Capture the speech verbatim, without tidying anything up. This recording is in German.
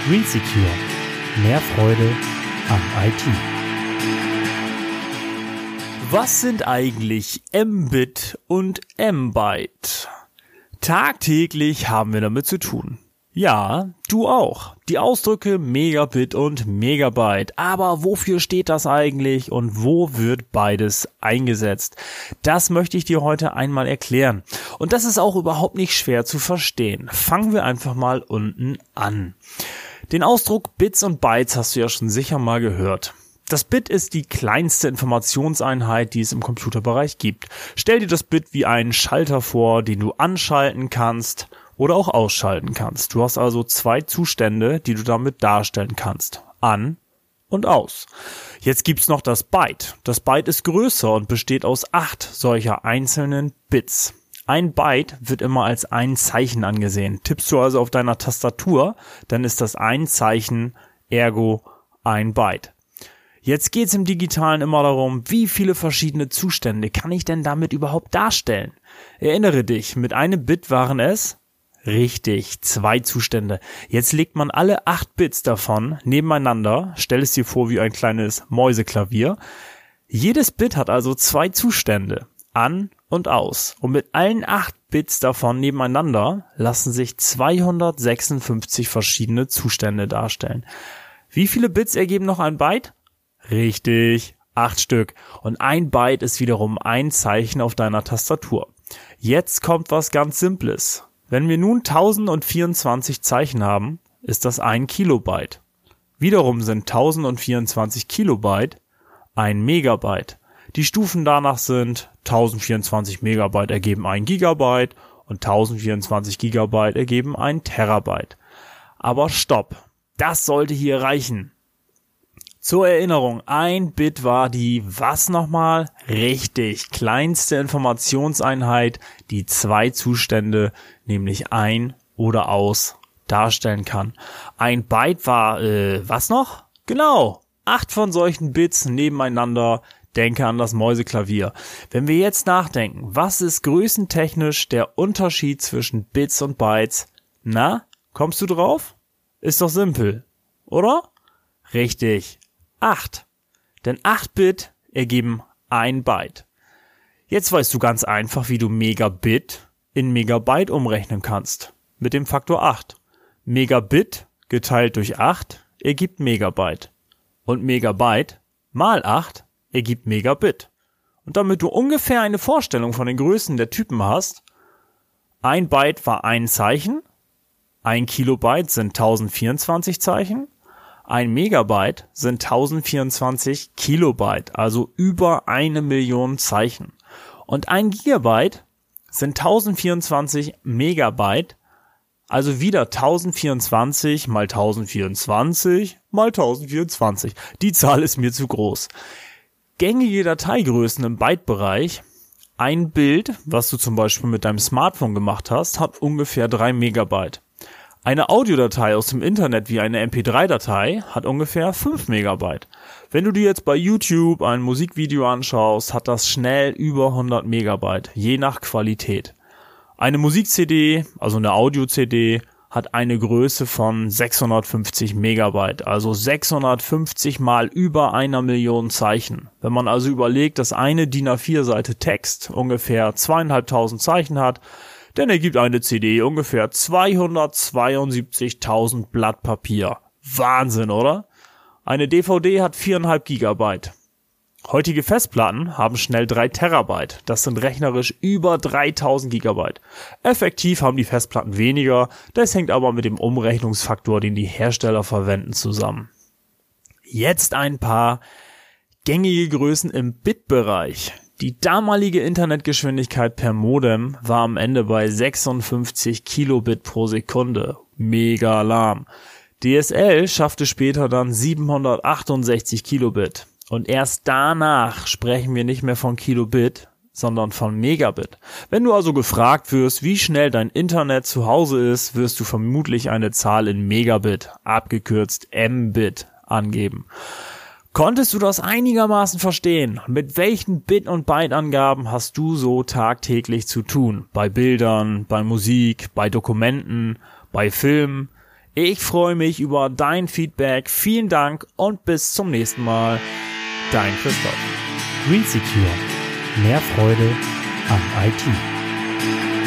Green Secure. Mehr Freude am I T. Was sind eigentlich Mbit und M-Byte? Tagtäglich haben wir damit zu tun. Ja, du auch. Die Ausdrücke Megabit und Megabyte. Aber wofür steht das eigentlich und wo wird beides eingesetzt? Das möchte ich dir heute einmal erklären. Und das ist auch überhaupt nicht schwer zu verstehen. Fangen wir einfach mal unten an. Den Ausdruck Bits und Bytes hast du ja schon sicher mal gehört. Das Bit ist die kleinste Informationseinheit, die es im Computerbereich gibt. Stell dir das Bit wie einen Schalter vor, den du anschalten kannst oder auch ausschalten kannst. Du hast also zwei Zustände, die du damit darstellen kannst. An und aus. Jetzt gibt's noch das Byte. Das Byte ist größer und besteht aus acht solcher einzelnen Bits. Ein Byte wird immer als ein Zeichen angesehen. Tippst du also auf deiner Tastatur, dann ist das ein Zeichen, ergo ein Byte. Jetzt geht's im Digitalen immer darum, wie viele verschiedene Zustände kann ich denn damit überhaupt darstellen? Erinnere dich, mit einem Bit waren es richtig, zwei Zustände. Jetzt legt man alle acht Bits davon nebeneinander, stell es dir vor wie ein kleines Mäuseklavier. Jedes Bit hat also zwei Zustände, an und aus. Und mit allen acht Bits davon nebeneinander lassen sich zweihundertsechsundfünfzig verschiedene Zustände darstellen. Wie viele Bits ergeben noch ein Byte? Richtig, acht Stück. Und ein Byte ist wiederum ein Zeichen auf deiner Tastatur. Jetzt kommt was ganz Simples. Wenn wir nun tausendvierundzwanzig Zeichen haben, ist das ein Kilobyte. Wiederum sind tausendvierundzwanzig Kilobyte ein Megabyte. Die Stufen danach sind tausendvierundzwanzig Megabyte ergeben ein Gigabyte und tausendvierundzwanzig Gigabyte ergeben ein Terabyte. Aber stopp, das sollte hier reichen. Zur Erinnerung, ein Bit war die, was nochmal? Richtig, kleinste Informationseinheit, die zwei Zustände, nämlich ein oder aus, darstellen kann. Ein Byte war, äh, was noch? Genau, acht von solchen Bits nebeneinander, denke an das Mäuseklavier. Wenn wir jetzt nachdenken, was ist größentechnisch der Unterschied zwischen Bits und Bytes? Na, kommst du drauf? Ist doch simpel, oder? Richtig. acht. Denn acht Bit ergeben ein Byte. Jetzt weißt du ganz einfach, wie du Megabit in Megabyte umrechnen kannst. Mit dem Faktor acht. Megabit geteilt durch acht ergibt Megabyte. Und Megabyte mal acht ergibt Megabit. Und damit du ungefähr eine Vorstellung von den Größen der Typen hast, ein Byte war ein Zeichen, ein Kilobyte sind tausendvierundzwanzig Zeichen, ein Megabyte sind tausendvierundzwanzig Kilobyte, also über eine Million Zeichen. Und ein Gigabyte sind tausendvierundzwanzig Megabyte, also wieder tausendvierundzwanzig mal tausendvierundzwanzig mal tausendvierundzwanzig. Die Zahl ist mir zu groß. Gängige Dateigrößen im Byte-Bereich. Ein Bild, was du zum Beispiel mit deinem Smartphone gemacht hast, hat ungefähr drei Megabyte. Eine Audiodatei aus dem Internet wie eine M P drei Datei hat ungefähr fünf Megabyte. Wenn du dir jetzt bei YouTube ein Musikvideo anschaust, hat das schnell über hundert Megabyte, je nach Qualität. Eine Musik-C D, also eine Audio-C D, hat eine Größe von sechshundertfünfzig Megabyte, also sechshundertfünfzig mal über einer Million Zeichen. Wenn man also überlegt, dass eine D I N A vier Seite Text ungefähr zweieinhalbtausend Zeichen hat, dann ergibt eine C D ungefähr zweihundertzweiundsiebzigtausend Blatt Papier. Wahnsinn, oder? Eine D V D hat viereinhalb Gigabyte. Heutige Festplatten haben schnell drei Terabyte. Das sind rechnerisch über dreitausend Gigabyte. Effektiv haben die Festplatten weniger. Das hängt aber mit dem Umrechnungsfaktor, den die Hersteller verwenden, zusammen. Jetzt ein paar gängige Größen im Bit-Bereich. Die damalige Internetgeschwindigkeit per Modem war am Ende bei sechsundfünfzig Kilobit pro Sekunde. Mega lahm. D S L schaffte später dann siebenhundertachtundsechzig Kilobit. Und erst danach sprechen wir nicht mehr von Kilobit, sondern von Megabit. Wenn du also gefragt wirst, wie schnell dein Internet zu Hause ist, wirst du vermutlich eine Zahl in Megabit, abgekürzt Mbit, angeben. Konntest du das einigermaßen verstehen? Mit welchen Bit- und Byte-Angaben hast du so tagtäglich zu tun? Bei Bildern, bei Musik, bei Dokumenten, bei Filmen? Ich freue mich über dein Feedback. Vielen Dank und bis zum nächsten Mal. Dein Christoph. Green Secure. Mehr Freude an I T.